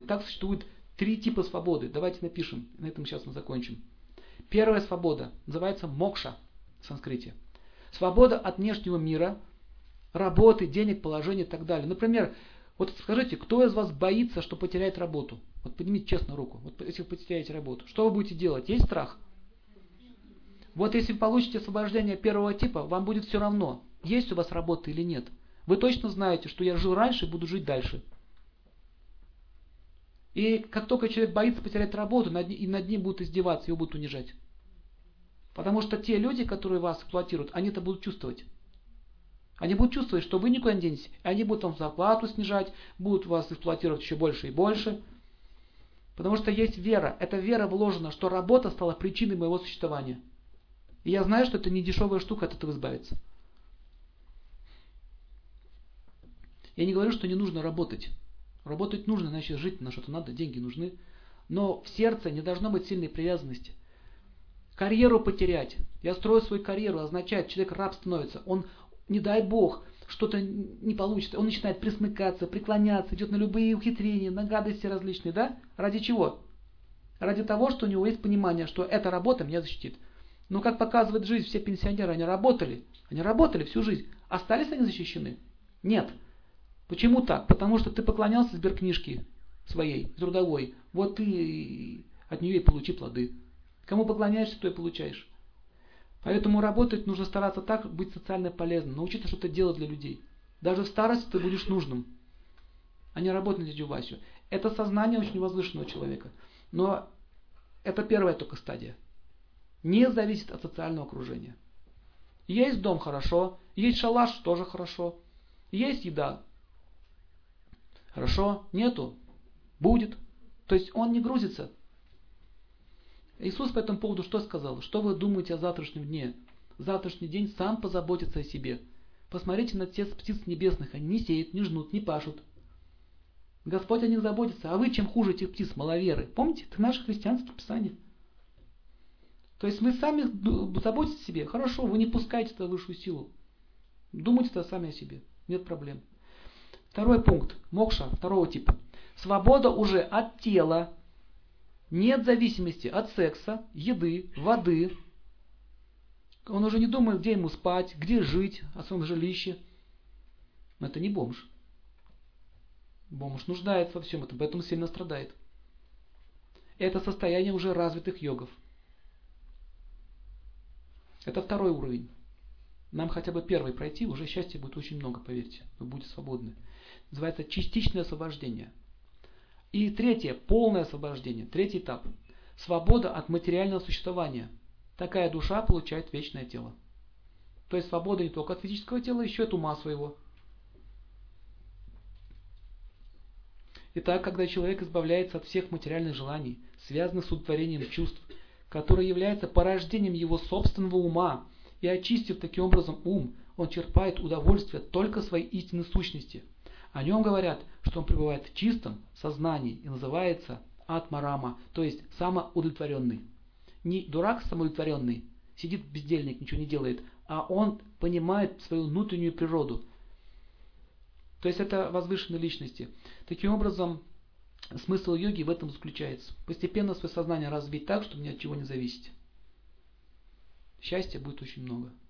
Так существует три типа свободы. Давайте напишем, на этом сейчас мы закончим. Первая свобода называется мокша в санскрите. Свобода от внешнего мира, работы, денег, положения и так далее. Например, вот скажите, кто из вас боится, что потеряет работу? Вот поднимите честно руку. Вот если вы потеряете работу, что вы будете делать? Есть страх? Вот если вы получите освобождение первого типа, вам будет все равно, есть у вас работа или нет. Вы точно знаете, что я жил раньше и буду жить дальше. И как только человек боится потерять работу, и над ним будут издеваться, его будут унижать. Потому что те люди, которые вас эксплуатируют, они это будут чувствовать. Они будут чувствовать, что вы никуда не денетесь. И они будут вам зарплату снижать, будут вас эксплуатировать еще больше и больше. Потому что есть вера. Эта вера вложена, что работа стала причиной моего существования. И я знаю, что это не дешевая штука от этого избавиться. Я не говорю, что не нужно работать. Работать нужно, иначе жить на что-то надо, деньги нужны. Но в сердце не должно быть сильной привязанности. Карьеру потерять. Я строю свою карьеру, означает, человек раб становится. Он, не дай бог, что-то не получится. Он начинает присмыкаться, преклоняться, идет на любые ухитрения, на гадости различные. Да? Ради чего? Ради того, что у него есть понимание, что эта работа меня защитит. Но как показывает жизнь, все пенсионеры, они работали всю жизнь. Остались они защищены? Нет. Почему так? Потому что ты поклонялся сберкнижке своей, трудовой. Вот ты от нее и получи плоды. Кому поклоняешься, то и получаешь. Поэтому работать нужно стараться так, быть социально полезным, научиться что-то делать для людей. Даже в старости ты будешь нужным, а не работать на дядю Васю. Это сознание очень возвышенного человека. Но это первая только стадия. Не зависит от социального окружения. Есть дом — хорошо, есть шалаш — тоже хорошо, есть еда — хорошо, нету — будет. То есть он не грузится. Иисус по этому поводу что сказал? Что вы думаете о завтрашнем дне? Завтрашний день сам позаботится о себе. Посмотрите на тех птиц небесных. Они не сеют, не жнут, не пашут. Господь о них заботится. А вы чем хуже этих птиц, маловеры? Помните? Это наше христианское писание. То есть вы сами заботитесь о себе. Хорошо, вы не пускаете это в высшую силу. Думайте -то сами о себе. Нет проблем. Второй пункт. Мокша второго типа. Свобода уже от тела. Нет зависимости от секса, еды, воды. Он уже не думает, где ему спать, где жить, о своем жилище. Но это не бомж. Бомж нуждается во всем этом, поэтому сильно страдает. Это состояние уже развитых йогов. Это второй уровень. Нам хотя бы первый пройти, уже счастья будет очень много, поверьте. Вы будете свободны. Называется частичное освобождение. И третье, полное освобождение. Третий этап. Свобода от материального существования. Такая душа получает вечное тело. То есть свобода не только от физического тела, еще и от ума своего. Итак, когда человек избавляется от всех материальных желаний, связанных с удовлетворением чувств, которое является порождением его собственного ума, и очистив таким образом ум, он черпает удовольствие только своей истинной сущности. О нем говорят, что он пребывает в чистом сознании и называется атмарама, то есть самоудовлетворенный. Не дурак самоудовлетворенный, сидит бездельник, ничего не делает, а он понимает свою внутреннюю природу. То есть это возвышенные личности. Таким образом, смысл йоги в этом заключается. Постепенно свое сознание развить так, чтобы ни от чего не зависеть. Счастья будет очень много.